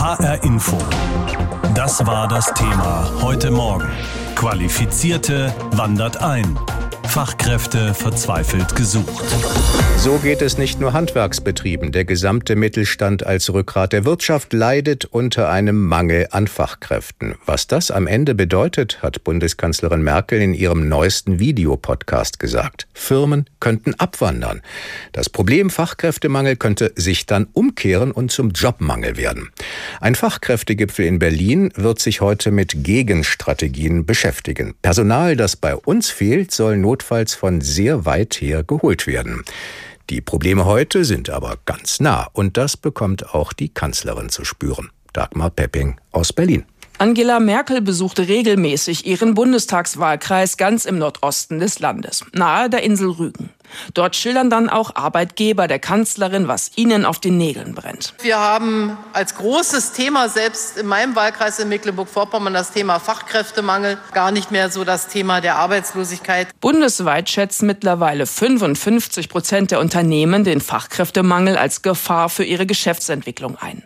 HR Info. Das war das Thema heute Morgen. Qualifizierte wandert ein. Fachkräfte verzweifelt gesucht. So geht es nicht nur Handwerksbetrieben. Der gesamte Mittelstand als Rückgrat der Wirtschaft leidet unter einem Mangel an Fachkräften. Was das am Ende bedeutet, hat Bundeskanzlerin Merkel in ihrem neuesten Videopodcast gesagt. Firmen könnten abwandern. Das Problem Fachkräftemangel könnte sich dann umkehren und zum Jobmangel werden. Ein Fachkräftegipfel in Berlin wird sich heute mit Gegenstrategien beschäftigen. Personal, das bei uns fehlt, soll notfalls von sehr weit her geholt werden. Die Probleme heute sind aber ganz nah und das bekommt auch die Kanzlerin zu spüren. Dagmar Pepping aus Berlin. Angela Merkel besuchte regelmäßig ihren Bundestagswahlkreis ganz im Nordosten des Landes, nahe der Insel Rügen. Dort schildern dann auch Arbeitgeber der Kanzlerin, was ihnen auf den Nägeln brennt. Wir haben als großes Thema, selbst in meinem Wahlkreis in Mecklenburg-Vorpommern, das Thema Fachkräftemangel, gar nicht mehr so das Thema der Arbeitslosigkeit. Bundesweit schätzen mittlerweile 55% der Unternehmen den Fachkräftemangel als Gefahr für ihre Geschäftsentwicklung ein.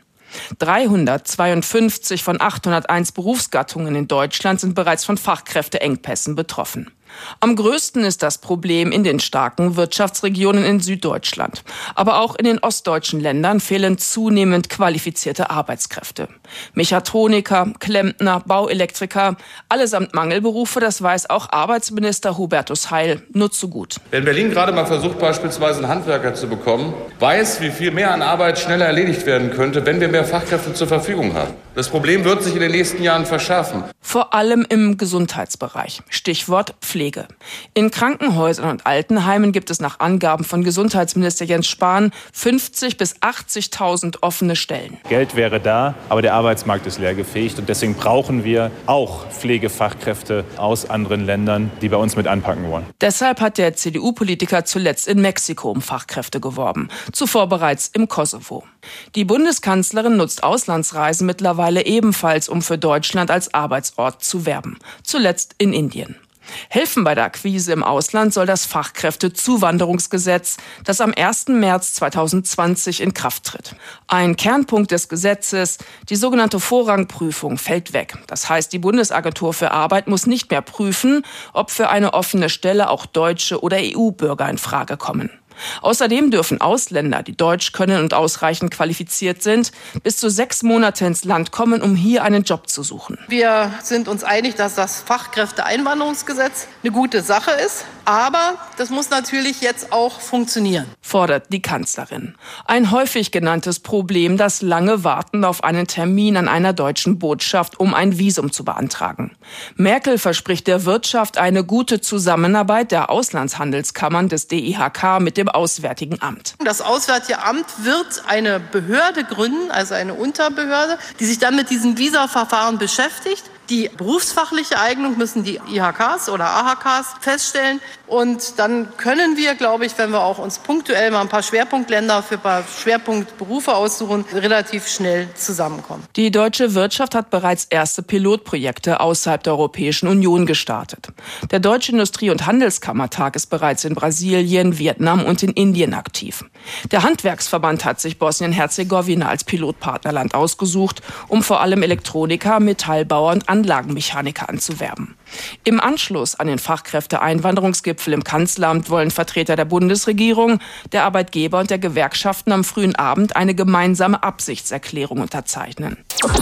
352 von 801 Berufsgattungen in Deutschland sind bereits von Fachkräfteengpässen betroffen. Am größten ist das Problem in den starken Wirtschaftsregionen in Süddeutschland. Aber auch in den ostdeutschen Ländern fehlen zunehmend qualifizierte Arbeitskräfte. Mechatroniker, Klempner, Bauelektriker, allesamt Mangelberufe, das weiß auch Arbeitsminister Hubertus Heil nur zu gut. Wer in Berlin gerade mal versucht, beispielsweise einen Handwerker zu bekommen, weiß, wie viel mehr an Arbeit schneller erledigt werden könnte, wenn wir mehr Fachkräfte zur Verfügung haben. Das Problem wird sich in den nächsten Jahren verschärfen. Vor allem im Gesundheitsbereich. Stichwort Pflege. In Krankenhäusern und Altenheimen gibt es nach Angaben von Gesundheitsminister Jens Spahn 50.000 bis 80.000 offene Stellen. Geld wäre da, aber der Arbeitsmarkt ist leergefegt und deswegen brauchen wir auch Pflegefachkräfte aus anderen Ländern, die bei uns mit anpacken wollen. Deshalb hat der CDU-Politiker zuletzt in Mexiko um Fachkräfte geworben, zuvor bereits im Kosovo. Die Bundeskanzlerin nutzt Auslandsreisen mittlerweile ebenfalls, um für Deutschland als Arbeitsort zu werben, zuletzt in Indien. Helfen bei der Akquise im Ausland soll das Fachkräftezuwanderungsgesetz, das am 1. März 2020 in Kraft tritt. Ein Kernpunkt des Gesetzes, die sogenannte Vorrangprüfung, fällt weg. Das heißt, die Bundesagentur für Arbeit muss nicht mehr prüfen, ob für eine offene Stelle auch deutsche oder EU-Bürger in Frage kommen. Außerdem dürfen Ausländer, die Deutsch können und ausreichend qualifiziert sind, bis zu 6 Monate ins Land kommen, um hier einen Job zu suchen. Wir sind uns einig, dass das Fachkräfteeinwanderungsgesetz eine gute Sache ist. Aber das muss natürlich jetzt auch funktionieren, fordert die Kanzlerin. Ein häufig genanntes Problem, das lange Warten auf einen Termin an einer deutschen Botschaft, um ein Visum zu beantragen. Merkel verspricht der Wirtschaft eine gute Zusammenarbeit der Auslandshandelskammern des DIHK mit dem Auswärtigen Amt. Das Auswärtige Amt wird eine Behörde gründen, also eine Unterbehörde, die sich dann mit diesem Visaverfahren beschäftigt. Die berufsfachliche Eignung müssen die IHKs oder AHKs feststellen. Und dann können wir, glaube ich, wenn wir auch uns punktuell mal ein paar Schwerpunktländer für ein paar Schwerpunktberufe aussuchen, relativ schnell zusammenkommen. Die deutsche Wirtschaft hat bereits erste Pilotprojekte außerhalb der Europäischen Union gestartet. Der Deutsche Industrie- und Handelskammertag ist bereits in Brasilien, Vietnam und in Indien aktiv. Der Handwerksverband hat sich Bosnien-Herzegowina als Pilotpartnerland ausgesucht, um vor allem Elektroniker, Metallbauer und Anlagenmechaniker anzuwerben. Im Anschluss an den Fachkräfteeinwanderungsgipfel im Kanzleramt wollen Vertreter der Bundesregierung, der Arbeitgeber und der Gewerkschaften am frühen Abend eine gemeinsame Absichtserklärung unterzeichnen.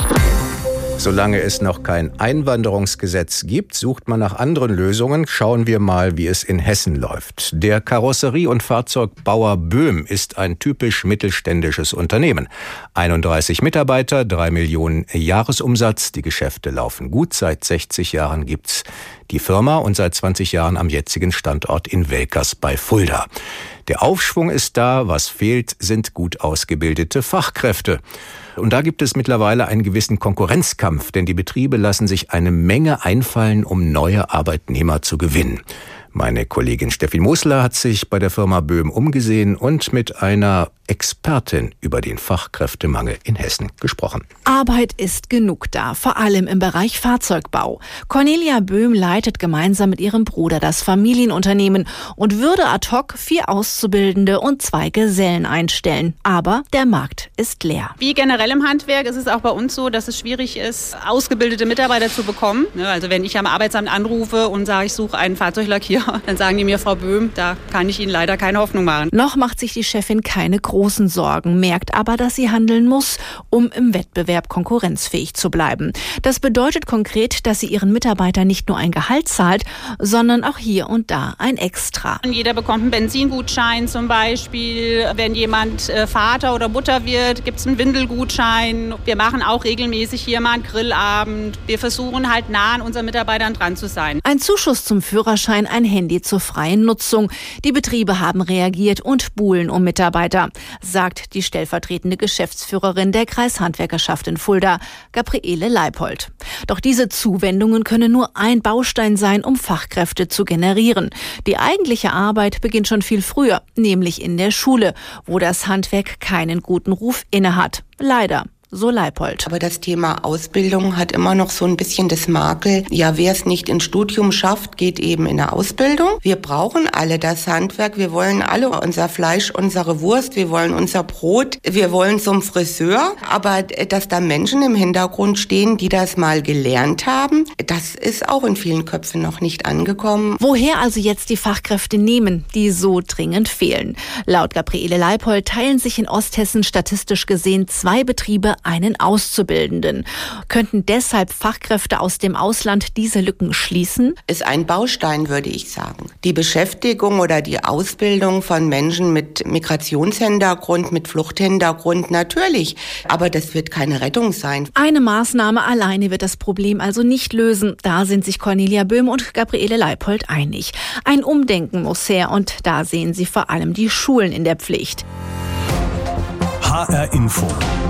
Solange es noch kein Einwanderungsgesetz gibt, sucht man nach anderen Lösungen. Schauen wir mal, wie es in Hessen läuft. Der Karosserie- und Fahrzeugbauer Böhm ist ein typisch mittelständisches Unternehmen. 31 Mitarbeiter, 3 Millionen Jahresumsatz. Die Geschäfte laufen gut. Seit 60 Jahren gibt's die Firma und seit 20 Jahren am jetzigen Standort in Welkers bei Fulda. Der Aufschwung ist da. Was fehlt, sind gut ausgebildete Fachkräfte. Und da gibt es mittlerweile einen gewissen Konkurrenzkampf, denn die Betriebe lassen sich eine Menge einfallen, um neue Arbeitnehmer zu gewinnen. Meine Kollegin Steffi Mosler hat sich bei der Firma Böhm umgesehen und mit einer Expertin über den Fachkräftemangel in Hessen gesprochen. Arbeit ist genug da, vor allem im Bereich Fahrzeugbau. Cornelia Böhm leitet gemeinsam mit ihrem Bruder das Familienunternehmen und würde ad hoc 4 Auszubildende und 2 Gesellen einstellen. Aber der Markt ist leer. Wie generell im Handwerk ist es auch bei uns so, dass es schwierig ist, ausgebildete Mitarbeiter zu bekommen. Also wenn ich am Arbeitsamt anrufe und sage, ich suche einen Fahrzeuglackierer, dann sagen die mir, Frau Böhm, da kann ich Ihnen leider keine Hoffnung machen. Noch macht sich die Chefin keine großen Sorgen, merkt aber, dass sie handeln muss, um im Wettbewerb konkurrenzfähig zu bleiben. Das bedeutet konkret, dass sie ihren Mitarbeitern nicht nur ein Gehalt zahlt, sondern auch hier und da ein Extra. Jeder bekommt einen Benzingutschein zum Beispiel. Wenn jemand Vater oder Mutter wird, gibt es einen Windelgutschein. Wir machen auch regelmäßig hier mal einen Grillabend. Wir versuchen halt nah an unseren Mitarbeitern dran zu sein. Ein Zuschuss zum Führerschein, ein Handy zur freien Nutzung. Die Betriebe haben reagiert und buhlen um Mitarbeiter, sagt die stellvertretende Geschäftsführerin der Kreishandwerkerschaft in Fulda, Gabriele Leipold. Doch diese Zuwendungen können nur ein Baustein sein, um Fachkräfte zu generieren. Die eigentliche Arbeit beginnt schon viel früher, nämlich in der Schule, wo das Handwerk keinen guten Ruf innehat. Leider. So Leipold. Aber das Thema Ausbildung hat immer noch so ein bisschen das Makel. Ja, wer es nicht ins Studium schafft, geht eben in eine Ausbildung. Wir brauchen alle das Handwerk. Wir wollen alle unser Fleisch, unsere Wurst. Wir wollen unser Brot. Wir wollen zum Friseur. Aber dass da Menschen im Hintergrund stehen, die das mal gelernt haben, das ist auch in vielen Köpfen noch nicht angekommen. Woher also jetzt die Fachkräfte nehmen, die so dringend fehlen? Laut Gabriele Leipold teilen sich in Osthessen statistisch gesehen 2 Betriebe einen Auszubildenden. Könnten deshalb Fachkräfte aus dem Ausland diese Lücken schließen? Ist ein Baustein, würde ich sagen. Die Beschäftigung oder die Ausbildung von Menschen mit Migrationshintergrund, mit Fluchthintergrund, natürlich. Aber das wird keine Rettung sein. Eine Maßnahme alleine wird das Problem also nicht lösen. Da sind sich Cornelia Böhm und Gabriele Leipold einig. Ein Umdenken muss her und da sehen sie vor allem die Schulen in der Pflicht. HR Info.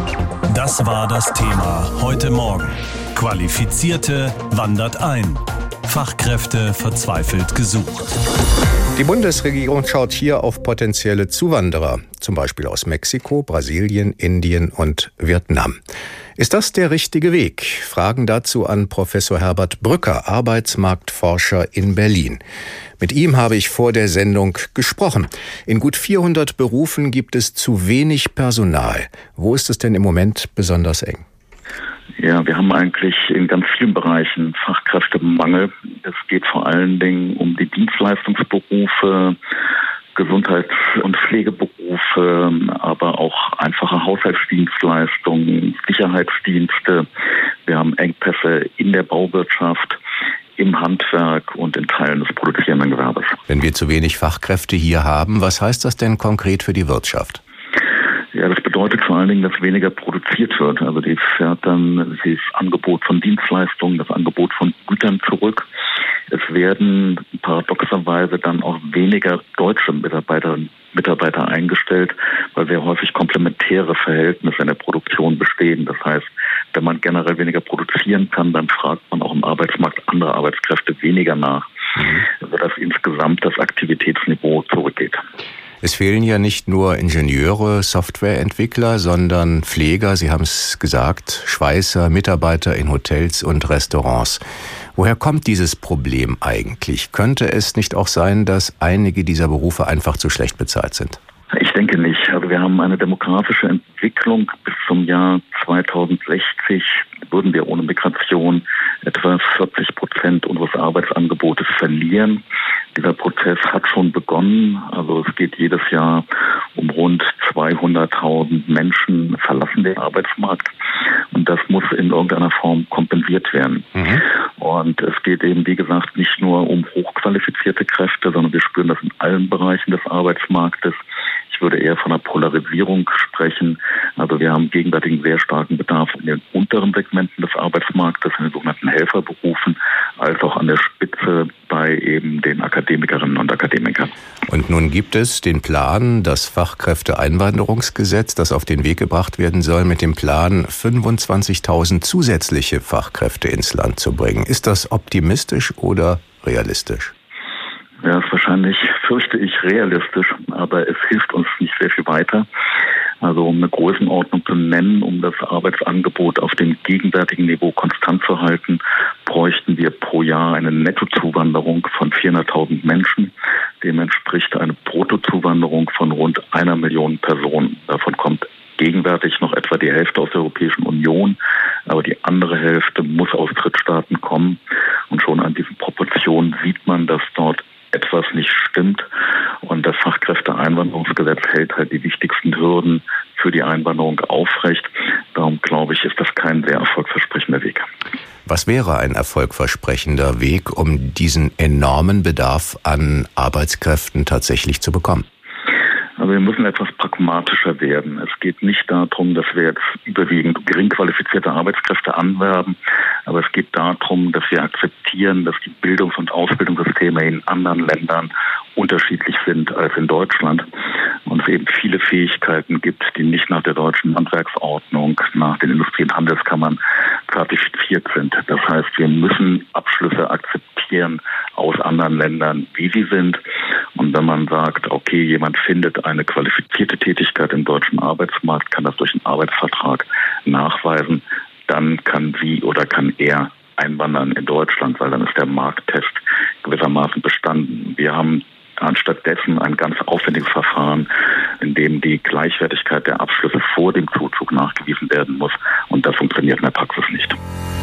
Das war das Thema heute Morgen. Qualifizierte wandert ein. Fachkräfte verzweifelt gesucht. Die Bundesregierung schaut hier auf potenzielle Zuwanderer, zum Beispiel aus Mexiko, Brasilien, Indien und Vietnam. Ist das der richtige Weg? Fragen dazu an Professor Herbert Brücker, Arbeitsmarktforscher in Berlin. Mit ihm habe ich vor der Sendung gesprochen. In gut 400 Berufen gibt es zu wenig Personal. Wo ist es denn im Moment besonders eng? Ja, wir haben eigentlich in ganz vielen Bereichen Fachkräftemangel. Es geht vor allen Dingen um die Dienstleistungsberufe, Gesundheits- und Pflegeberufe, aber auch einfache Haushaltsdienstleistungen, Sicherheitsdienste. Wir haben Engpässe in der Bauwirtschaft, im Handwerk und in Teilen des produzierenden Gewerbes. Wenn wir zu wenig Fachkräfte hier haben, was heißt das denn konkret für die Wirtschaft? Ja, das bedeutet vor allen Dingen, dass weniger produziert wird. Also die fährt dann das Angebot von Dienstleistungen, das Angebot von Gütern zurück. Es werden paradoxerweise dann auch weniger deutsche Mitarbeiter eingestellt, weil sehr häufig komplementäre Verhältnisse in der Produktion bestehen. Das heißt, wenn man generell weniger produzieren kann, dann fragt man auch im Arbeitsmarkt andere Arbeitskräfte weniger nach, sodass insgesamt das Aktivitätsniveau zurückgeht. Es fehlen ja nicht nur Ingenieure, Softwareentwickler, sondern Pfleger, Sie haben es gesagt, Schweißer, Mitarbeiter in Hotels und Restaurants. Woher kommt dieses Problem eigentlich? Könnte es nicht auch sein, dass einige dieser Berufe einfach zu schlecht bezahlt sind? Ich denke nicht. Also wir haben eine demografische Entwicklung. Bis zum Jahr 2060 würden wir ohne Migration etwa 40% unseres Arbeitsangebotes verlieren. Dieser Prozess hat schon begonnen. Also es geht jedes Jahr um rund 200.000 Menschen verlassen den Arbeitsmarkt. Und das muss in irgendeiner Form kompensiert werden. Und es geht eben, wie gesagt, nicht nur um hochqualifizierte Kräfte, sondern wir spüren das in allen Bereichen des Arbeitsmarktes. Ich würde eher von einer Polarisierung sprechen. Also wir haben gegenwärtig einen sehr starken Bedarf in den unteren Segmenten des Arbeitsmarktes, in den sogenannten Helferberufen, als auch an der Spitze bei eben den Akademikerinnen und Akademikern. Und nun gibt es den Plan, das Fachkräfteeinwanderungsgesetz, das auf den Weg gebracht werden soll, mit dem Plan, 25.000 zusätzliche Fachkräfte ins Land zu bringen. Ist das optimistisch oder realistisch? Ja, ist wahrscheinlich, fürchte ich, realistisch, aber es hilft uns nicht sehr viel weiter. Also um eine Größenordnung zu nennen, um das Arbeitsangebot auf dem gegenwärtigen Niveau konstant zu halten, bräuchten wir pro Jahr eine Nettozuwanderung von 400.000 Menschen. Dem entspricht eine Bruttozuwanderung von rund 1 Million Personen. Davon kommt gegenwärtig noch etwa die Hälfte aus der Europäischen Union, aber die andere Hälfte muss aus Drittstaaten kommen. Und schon an diesen Proportionen sieht man, dass dort etwas nicht stimmt. Und das Fachkräfteeinwanderungsgesetz hält halt die wichtigsten Hürden für die Einwanderung aufrecht. Darum glaube ich, ist das kein sehr erfolgversprechender Weg. Was wäre ein erfolgversprechender Weg, um diesen enormen Bedarf an Arbeitskräften tatsächlich zu bekommen? Also wir müssen etwas pragmatischer werden. Es geht nicht darum, dass wir jetzt überwiegend gering qualifizierte Arbeitskräfte anwerben, aber es geht darum, dass wir akzeptieren, dass die Bildungs- und Ausbildungssysteme in anderen Ländern unterschiedlich sind als in Deutschland und es eben viele Fähigkeiten gibt, die nicht nach der deutschen Handwerksordnung, nach den Industrie- und Handelskammern zertifiziert sind. Das heißt, wir müssen Abschlüsse akzeptieren aus anderen Ländern, wie sie sind. Und wenn man sagt, okay, jemand findet eine qualifizierte Tätigkeit im deutschen Arbeitsmarkt, kann das durch einen Arbeitsvertrag nachweisen, dann kann sie oder kann er einwandern in Deutschland, weil dann ist der Markttest gewissermaßen bestanden. Wir haben anstattdessen ein ganz aufwendiges Verfahren, in dem die Gleichwertigkeit der Abschlüsse vor dem Zuzug nachgewiesen werden muss. Und das funktioniert in der Praxis nicht.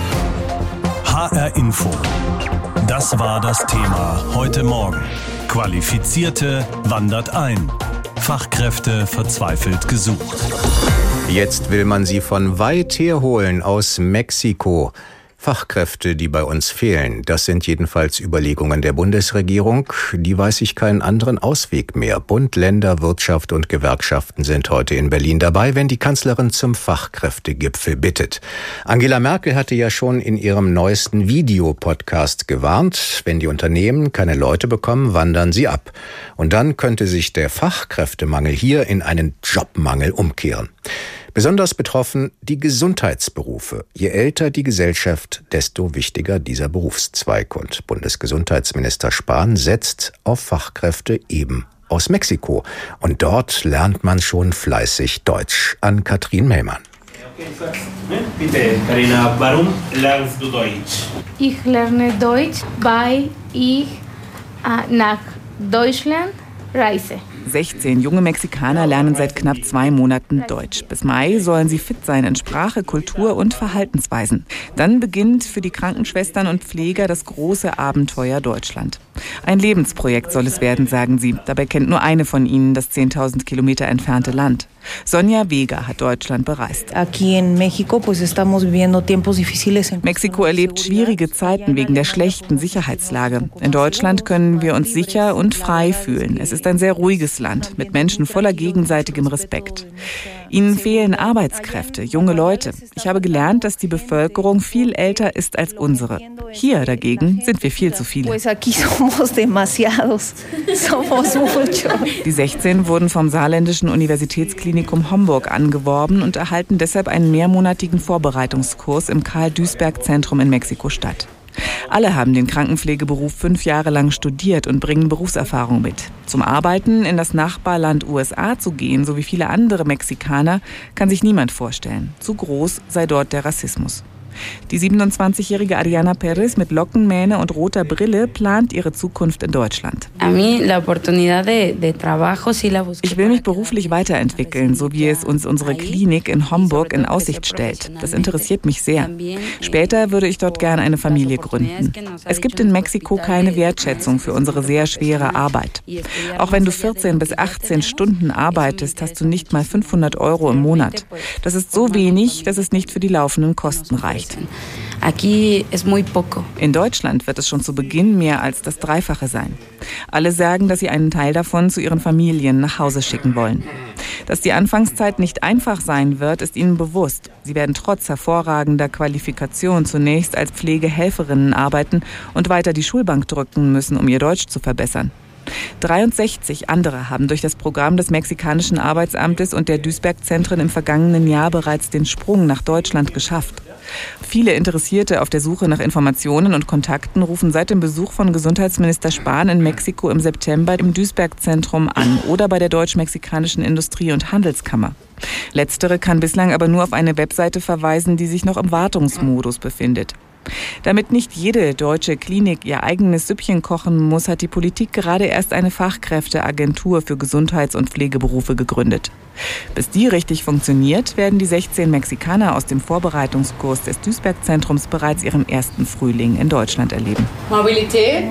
HR Info. Das war das Thema heute Morgen. Qualifizierte wandert ein. Fachkräfte verzweifelt gesucht. Jetzt will man sie von weit her holen aus Mexiko. Fachkräfte, die bei uns fehlen, das sind jedenfalls Überlegungen der Bundesregierung. Die weiß ich keinen anderen Ausweg mehr. Bund, Länder, Wirtschaft und Gewerkschaften sind heute in Berlin dabei, wenn die Kanzlerin zum Fachkräftegipfel bittet. Angela Merkel hatte ja schon in ihrem neuesten Videopodcast gewarnt, wenn die Unternehmen keine Leute bekommen, wandern sie ab. Und dann könnte sich der Fachkräftemangel hier in einen Jobmangel umkehren. Besonders betroffen die Gesundheitsberufe. Je älter die Gesellschaft, desto wichtiger dieser Berufszweig. Und Bundesgesundheitsminister Spahn setzt auf Fachkräfte eben aus Mexiko. Und dort lernt man schon fleißig Deutsch. An Katrin Mellmann. Bitte, Karina, warum lernst du Deutsch? Ich lerne Deutsch, weil ich nach Deutschland reise. 16 junge Mexikaner lernen seit knapp 2 Monaten Deutsch. Bis Mai sollen sie fit sein in Sprache, Kultur und Verhaltensweisen. Dann beginnt für die Krankenschwestern und Pfleger das große Abenteuer Deutschland. Ein Lebensprojekt soll es werden, sagen sie. Dabei kennt nur eine von ihnen das 10.000 Kilometer entfernte Land. Sonja Vega hat Deutschland bereist. Mexiko erlebt schwierige Zeiten wegen der schlechten Sicherheitslage. In Deutschland können wir uns sicher und frei fühlen. Es ist ein sehr ruhiges Land mit Menschen voller gegenseitigem Respekt. Ihnen fehlen Arbeitskräfte, junge Leute. Ich habe gelernt, dass die Bevölkerung viel älter ist als unsere. Hier dagegen sind wir viel zu viele. Die 16 wurden vom Saarländischen Universitätsklinikum Homburg angeworben und erhalten deshalb einen mehrmonatigen Vorbereitungskurs im Karl-Duisberg-Zentrum in Mexiko-Stadt. Alle haben den Krankenpflegeberuf 5 Jahre lang studiert und bringen Berufserfahrung mit. Zum Arbeiten in das Nachbarland USA zu gehen, so wie viele andere Mexikaner, kann sich niemand vorstellen. Zu groß sei dort der Rassismus. Die 27-jährige Adriana Perez mit Lockenmähne und roter Brille plant ihre Zukunft in Deutschland. Ich will mich beruflich weiterentwickeln, so wie es uns unsere Klinik in Homburg in Aussicht stellt. Das interessiert mich sehr. Später würde ich dort gerne eine Familie gründen. Es gibt in Mexiko keine Wertschätzung für unsere sehr schwere Arbeit. Auch wenn du 14 bis 18 Stunden arbeitest, hast du nicht mal 500 € im Monat. Das ist so wenig, dass es nicht für die laufenden Kosten reicht. In Deutschland wird es schon zu Beginn mehr als das Dreifache sein. Alle sagen, dass sie einen Teil davon zu ihren Familien nach Hause schicken wollen. Dass die Anfangszeit nicht einfach sein wird, ist ihnen bewusst. Sie werden trotz hervorragender Qualifikation zunächst als Pflegehelferinnen arbeiten und weiter die Schulbank drücken müssen, um ihr Deutsch zu verbessern. 63 andere haben durch das Programm des mexikanischen Arbeitsamtes und der Duisberg-Zentren im vergangenen Jahr bereits den Sprung nach Deutschland geschafft. Viele Interessierte auf der Suche nach Informationen und Kontakten rufen seit dem Besuch von Gesundheitsminister Spahn in Mexiko im September im Duisberg-Zentrum an oder bei der Deutsch-Mexikanischen Industrie- und Handelskammer. Letztere kann bislang aber nur auf eine Webseite verweisen, die sich noch im Wartungsmodus befindet. Damit nicht jede deutsche Klinik ihr eigenes Süppchen kochen muss, hat die Politik gerade erst eine Fachkräfteagentur für Gesundheits- und Pflegeberufe gegründet. Bis die richtig funktioniert, werden die 16 Mexikaner aus dem Vorbereitungskurs des Duisberg-Zentrums bereits ihren ersten Frühling in Deutschland erleben. Mobilität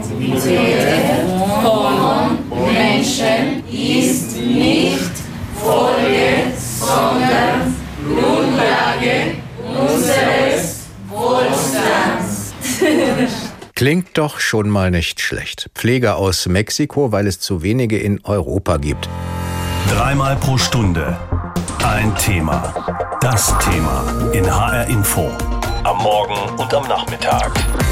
von Menschen ist nicht Folge, sondern Grundlage unseres Wohlstands. Klingt doch schon mal nicht schlecht. Pflege aus Mexiko, weil es zu wenige in Europa gibt. 3-mal pro Stunde ein Thema. Das Thema in HR Info. Am Morgen und am Nachmittag.